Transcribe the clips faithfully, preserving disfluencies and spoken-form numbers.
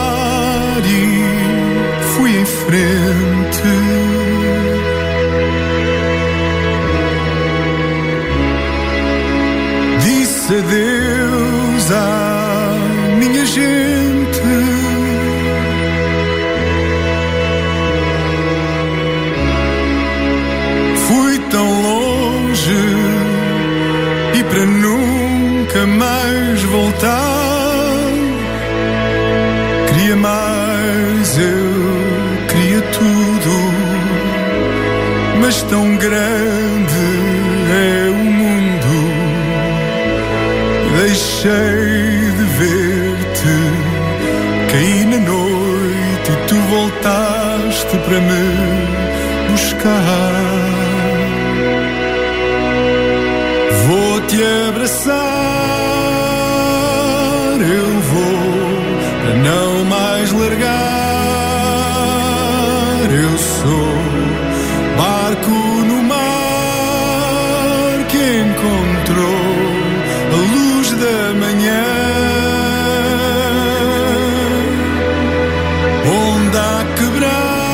e fui em frente. Disse adeus à minha gente. Fui tão longe e para nunca mais voltar. Queria mais, eu queria tudo, mas tão grande é o mundo. Deixei de ver-te, caí na noite e tu voltaste para me buscar. Vou-te abraçar, eu vou para não mais largar. Eu sou barco no mar que encontrou a luz da manhã. Onda a quebrar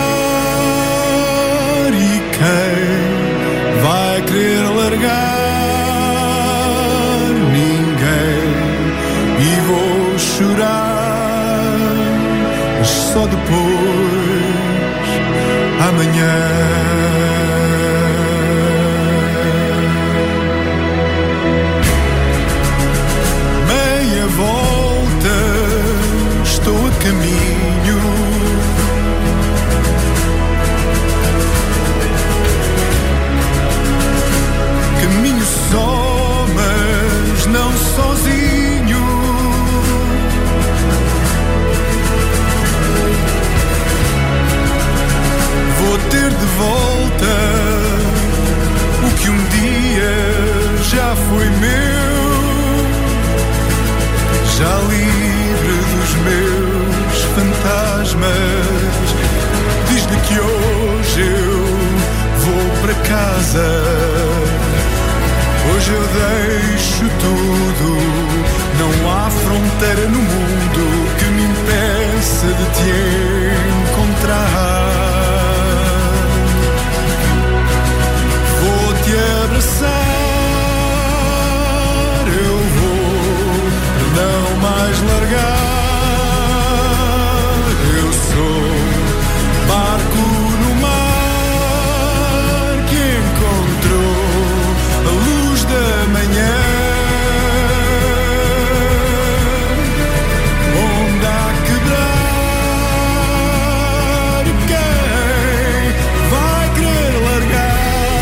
e quem vai querer largar? Chorar, mas só depois, amanhã. Meia volta, estou a caminho. Caminho só, mas não sozinho. Vou ter de volta o que um dia já foi meu, já livre dos meus fantasmas. Diz-lhe que hoje eu vou para casa. Hoje eu deixo tudo, não há fronteira no mundo que me impeça de te encontrar. Vou-te abraçar, eu vou não mais largar. Eu sou barco no mar que encontrou a luz da manhã. Onda a quebrar e quem vai querer largar?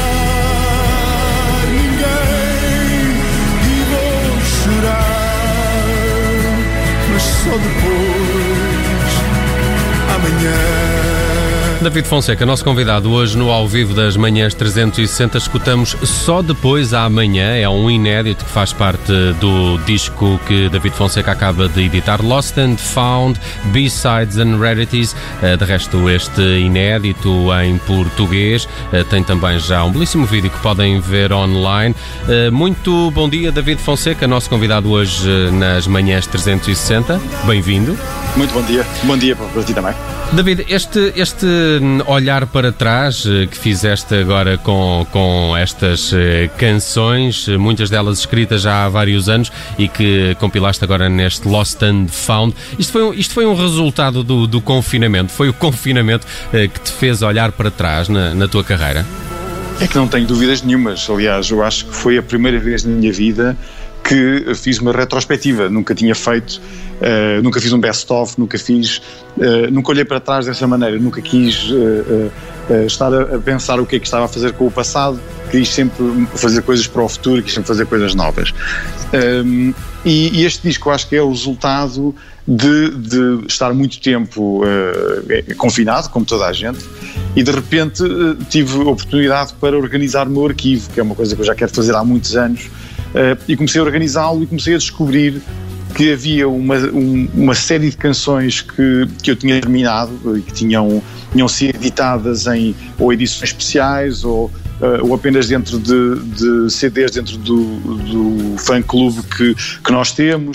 Só depois, amanhã. David Fonseca, nosso convidado hoje no Ao Vivo das Manhãs trezentos e sessenta. Escutamos Só Depois Amanhã. É um inédito que faz parte do disco que David Fonseca acaba de editar, Lost and Found, B-Sides and Rarities. De resto, este inédito em português tem também já um belíssimo vídeo que podem ver online. Muito bom dia, David Fonseca, nosso convidado hoje nas Manhãs trezentos e sessenta. Bem-vindo. Muito bom dia. Bom dia para ti também. David, este, este olhar para trás que fizeste agora com, com estas canções, muitas delas escritas já há vários anos e que compilaste agora neste Lost and Found, isto foi, isto foi um resultado do, do confinamento? Foi o confinamento que te fez olhar para trás na, na tua carreira? É que não tenho dúvidas nenhumas. Aliás, eu acho que foi a primeira vez na minha vida que fiz uma retrospectiva. Nunca tinha feito, uh, nunca fiz um best-of, nunca fiz, uh, nunca olhei para trás dessa maneira, nunca quis uh, uh, uh, estar a, a pensar o que é que estava a fazer com o passado, quis sempre fazer coisas para o futuro, quis sempre fazer coisas novas. Um, e, e este disco eu acho que é o resultado de, de estar muito tempo uh, confinado, como toda a gente, e de repente uh, tive a oportunidade para organizar o meu arquivo, que é uma coisa que eu já quero fazer há muitos anos. Uh, e comecei a organizá-lo e comecei a descobrir que havia uma, um, uma série de canções que, que eu tinha terminado e que tinham, tinham sido editadas em ou edições especiais ou, uh, ou apenas dentro de, de C Ds dentro do, do fã-clube que, que nós temos,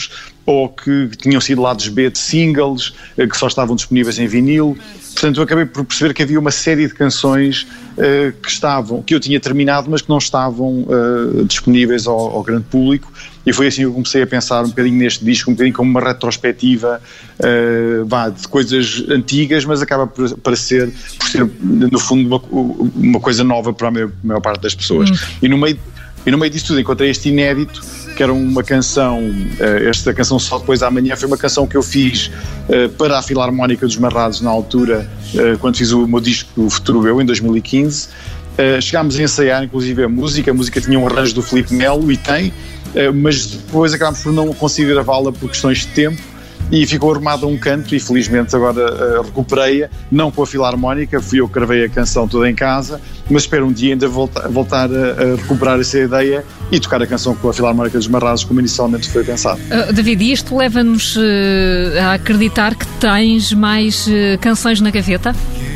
ou que tinham sido lados B de singles, que só estavam disponíveis em vinil. Portanto, eu acabei por perceber que havia uma série de canções uh, que estavam, que eu tinha terminado, mas que não estavam uh, disponíveis ao, ao grande público, e foi assim que eu comecei a pensar um bocadinho neste disco, um bocadinho como uma retrospectiva uh, vá, de coisas antigas, mas acaba por, por, ser, por ser, no fundo, uma, uma coisa nova para a maior, a maior parte das pessoas. Hum. E no meio E no meio disso tudo encontrei este inédito, que era uma canção, esta canção Só Depois da Manhã, foi uma canção que eu fiz para a Filarmónica dos Marrados na altura, quando fiz o meu disco O Futuro Eu, em dois mil e quinze. Chegámos a ensaiar inclusive a música, a música tinha um arranjo do Filipe Melo, e tem, mas depois acabámos por não conseguir gravá-la por questões de tempo, e ficou arrumado a um canto, e felizmente agora uh, recuperei-a, não com a Filarmónica, fui eu que gravei a canção toda em casa, mas espero um dia ainda voltar, voltar a, a recuperar essa ideia e tocar a canção com a Filarmónica dos Marrazes, como inicialmente foi pensado. Uh, David, e isto leva-nos uh, a acreditar que tens mais uh, canções na gaveta?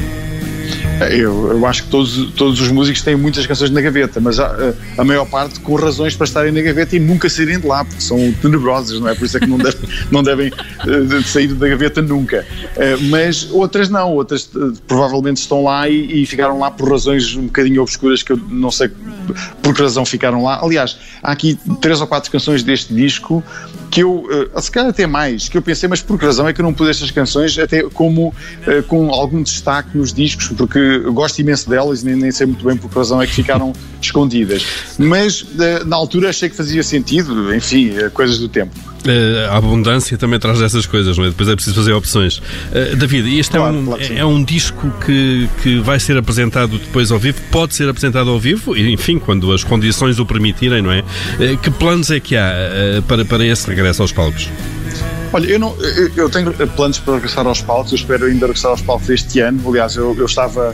Eu, eu acho que todos, todos os músicos têm muitas canções na gaveta, mas a, a maior parte com razões para estarem na gaveta e nunca saírem de lá, porque são tenebrosas, não é? Por isso é que não devem, não devem uh, sair da gaveta nunca. Uh, mas outras não, outras uh, provavelmente estão lá e, e ficaram lá por razões um bocadinho obscuras que eu não sei por que razão ficaram lá. Aliás, há aqui três ou quatro canções deste disco que eu, uh, se calhar até mais, que eu pensei, mas por que razão é que eu não pus estas canções até como uh, com algum destaque nos discos, porque eu gosto imenso delas e nem, nem sei muito bem por que razão é que ficaram escondidas. Mas uh, na altura achei que fazia sentido, enfim, uh, coisas do tempo. Uh, a abundância também traz essas coisas, não é? Depois é preciso fazer opções. Uh, David, este claro, é, um, claro é um disco que, que vai ser apresentado depois ao vivo, pode ser apresentado ao vivo, enfim, quando as condições o permitirem, não é? Uh, que planos é que há uh, para, para esse regresso aos palcos? Olha, eu, não, eu, eu tenho planos para regressar aos palcos, eu espero ainda regressar aos palcos este ano. Aliás, eu, eu estava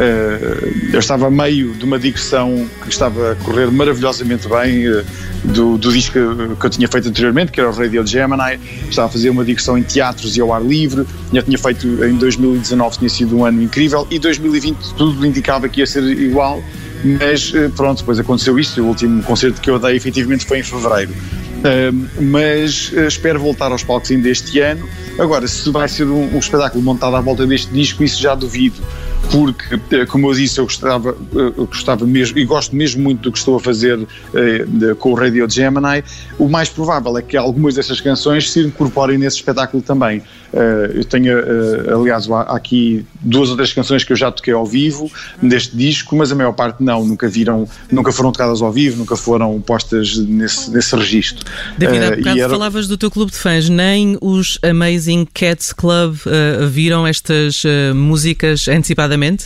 uh, eu estava a meio de uma digressão que estava a correr maravilhosamente bem uh, do, do disco que, que eu tinha feito anteriormente, que era o Radio Gemini. Estava a fazer uma digressão em teatros e ao ar livre. Já tinha feito em dois mil e dezanove, tinha sido um ano incrível, e dois mil e vinte tudo indicava que ia ser igual, mas pronto, depois aconteceu isto. O último concerto que eu dei efetivamente foi em fevereiro. Uh, mas uh, espero voltar aos palcos ainda este ano. Agora, se vai ser um, um espetáculo montado à volta deste disco, isso já duvido, porque, uh, como eu disse, eu gostava, uh, eu gostava mesmo, e gosto mesmo muito do que estou a fazer uh, de, com o Radio Gemini. O mais provável é que algumas dessas canções se incorporem nesse espetáculo também. Uh, eu tenho, uh, aliás, há aqui duas ou três canções que eu já toquei ao vivo neste disco, mas a maior parte não, nunca viram, nunca foram tocadas ao vivo, nunca foram postas nesse, nesse registro. David, há uh, bocado era... falavas do teu clube de fãs, nem os Amazing Cats Club uh, viram estas uh, músicas antecipadamente?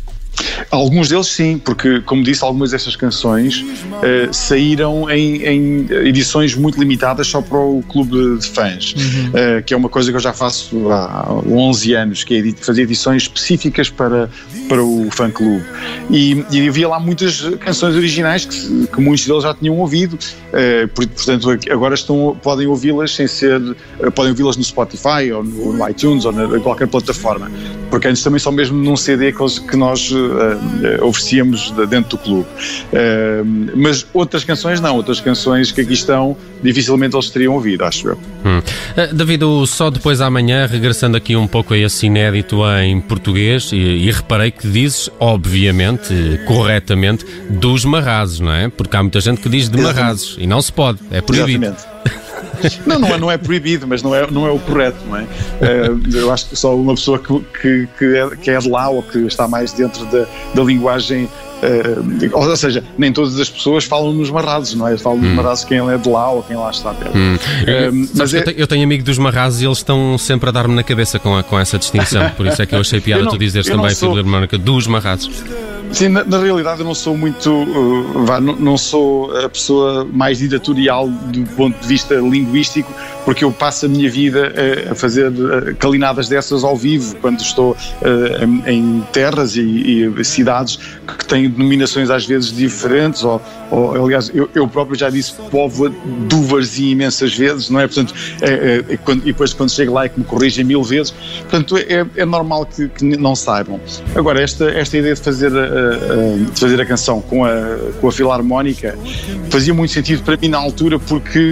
Alguns deles sim, porque, como disse, algumas dessas canções uh, saíram em, em edições muito limitadas só para o clube de fãs, uhum. uh, que é uma coisa que eu já faço há onze anos, que é fazer edições específicas para, para o fã-clube. E, e havia lá muitas canções originais que, que muitos deles já tinham ouvido, uh, portanto agora estão, podem ouvi-las sem ser, uh, podem ouvi-las no Spotify ou no, no iTunes ou em qualquer plataforma, porque antes também só mesmo num C D que, que nós Uh, oferecíamos dentro do clube, uh, mas outras canções não, outras canções que aqui estão dificilmente eles teriam ouvido, acho eu. Hum. Uh, David, o Só Depois da Manhã, regressando aqui um pouco a esse inédito em português, e, e reparei que dizes, obviamente, corretamente, dos Marrazes, não é? Porque há muita gente que diz de Marrazes e não se pode, é proibido. Exatamente. Não, não é, não é proibido, mas não é, não é o correto, não é? Uh, eu acho que só uma pessoa que, que, que, é, que é de lá ou que está mais dentro da, da linguagem, uh, ou seja, nem todas as pessoas falam nos Marrazes, não é? Falam nos hum. Marrazes quem é de lá ou quem lá está perto. Hum. Uh, mas é... eu, tenho, eu tenho amigo dos Marrazes e eles estão sempre a dar-me na cabeça com, a, com essa distinção, por isso é que eu achei piada eu não, tu dizeres também, sou... Filarmónica, dos Marrazes. Sim, na, na realidade eu não sou muito, uh, vá, não, não sou a pessoa mais ditatorial do ponto de vista linguístico, porque eu passo a minha vida uh, a fazer uh, calinadas dessas ao vivo, quando estou uh, em, em terras e, e cidades que têm denominações às vezes diferentes, ou, ou aliás, eu, eu próprio já disse povo do Varzim imensas vezes, não é? Portanto, é, é, quando, e depois quando chego lá é que me corrigem mil vezes, portanto é, é normal que, que não saibam. Agora, esta, esta ideia de fazer a de fazer a canção com a, com a Filarmónica fazia muito sentido para mim na altura, porque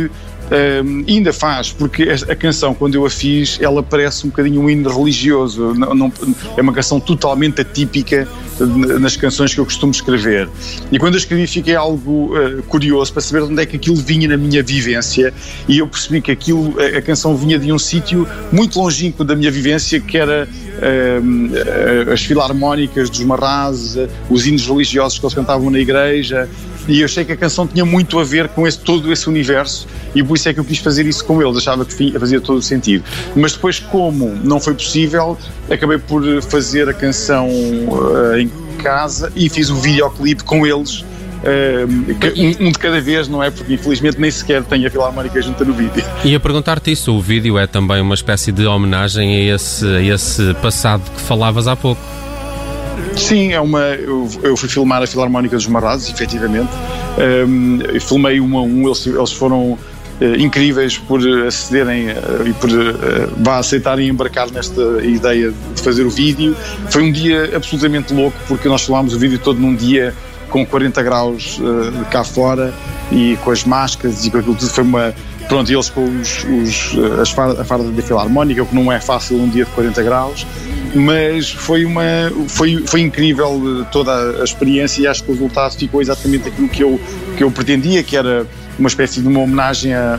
Uh, ainda faz, porque a canção, quando eu a fiz, ela parece um bocadinho um hino religioso, não, não, é uma canção totalmente atípica nas canções que eu costumo escrever. E quando eu escrevi fiquei algo uh, curioso para saber de onde é que aquilo vinha na minha vivência, e eu percebi que aquilo, a, a canção vinha de um sítio muito longínquo da minha vivência, que era uh, uh, as filarmónicas dos Marrazes, uh, os hinos religiosos que eles cantavam na igreja, e eu achei que a canção tinha muito a ver com esse, todo esse universo, e por isso é que eu quis fazer isso com eles, achava que fazia todo o sentido. Mas depois, como não foi possível, acabei por fazer a canção uh, em casa e fiz o videoclipe com eles, uh, um, um de cada vez, não é? Porque infelizmente nem sequer tem a Filarmónica junta no vídeo. E a perguntar-te isso, o vídeo é também uma espécie de homenagem a esse, a esse passado que falavas há pouco. Sim, é uma, eu, eu fui filmar a Filarmónica dos Marrazes, efetivamente. Um, eu filmei um a um, eles, eles foram uh, incríveis por acederem uh, e por uh, aceitarem embarcar nesta ideia de fazer o vídeo. Foi um dia absolutamente louco, porque nós filmámos o vídeo todo num dia com quarenta graus uh, cá fora, e com as máscaras e com aquilo tudo. Foi uma... Pronto, eles com os, os, as fardas, a farda da Filarmónica, o que não é fácil um dia de quarenta graus, mas foi, uma, foi, foi incrível toda a experiência, e acho que o resultado ficou exatamente aquilo que eu, que eu pretendia, que era uma espécie de uma homenagem a,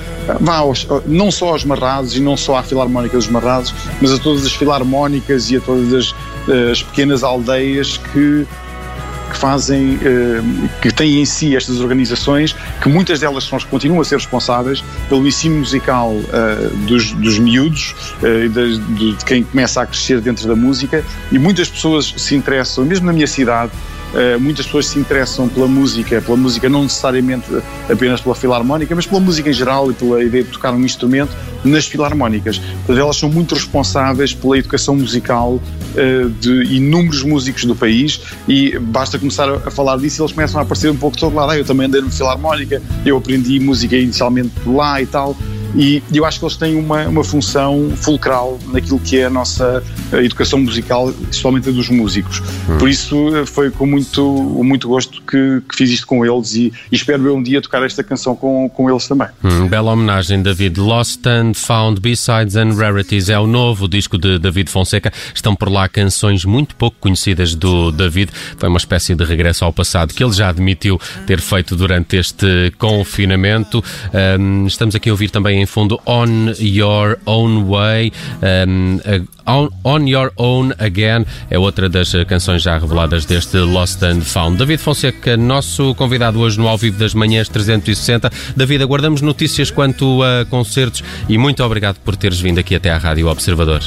a, a, aos, não só aos Marrazes e não só à Filarmónica dos Marrazes, mas a todas as filarmónicas e a todas as, as pequenas aldeias que que fazem, que têm em si estas organizações, que muitas delas são, continuam a ser responsáveis pelo ensino musical dos, dos miúdos, de, de quem começa a crescer dentro da música, e muitas pessoas se interessam, mesmo na minha cidade, Uh, muitas pessoas se interessam pela música, pela música não necessariamente apenas pela filarmónica, mas pela música em geral e pela ideia de tocar um instrumento nas filarmónicas. Portanto, elas são muito responsáveis pela educação musical uh, de inúmeros músicos do país, e basta começar a, a falar disso e eles começam a aparecer um pouco de todo lado. Ah, eu também andei numa filarmónica, eu aprendi música inicialmente por lá e tal. E eu acho que eles têm uma, uma função fulcral naquilo que é a nossa a educação musical, especialmente a dos músicos. Hum. Por isso foi com muito, muito gosto que, que fiz isto com eles, e, e espero eu um dia tocar esta canção com, com eles também. Hum, bela homenagem, David. Lost and Found, B-Sides and Rarities é o novo disco de David Fonseca. Estão por lá canções muito pouco conhecidas do David. Foi uma espécie de regresso ao passado que ele já admitiu ter feito durante este confinamento. Um, estamos aqui a ouvir também em fundo On Your Own Way, um, on, on Your Own Again, é outra das canções já reveladas deste Lost and Found. David Fonseca, nosso convidado hoje no Ao Vivo das Manhãs trezentos e sessenta. David, aguardamos notícias quanto a concertos, e muito obrigado por teres vindo aqui até à Rádio Observador.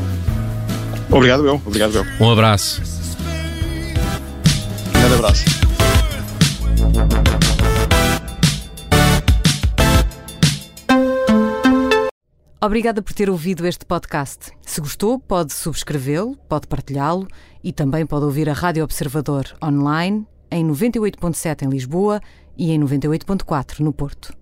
Obrigado, eu. Obrigado, eu. Um abraço. Um grande abraço. Obrigada por ter ouvido este podcast. Se gostou, pode subscrevê-lo, pode partilhá-lo, e também pode ouvir a Rádio Observador online em noventa e oito ponto sete em Lisboa e em noventa e oito ponto quatro no Porto.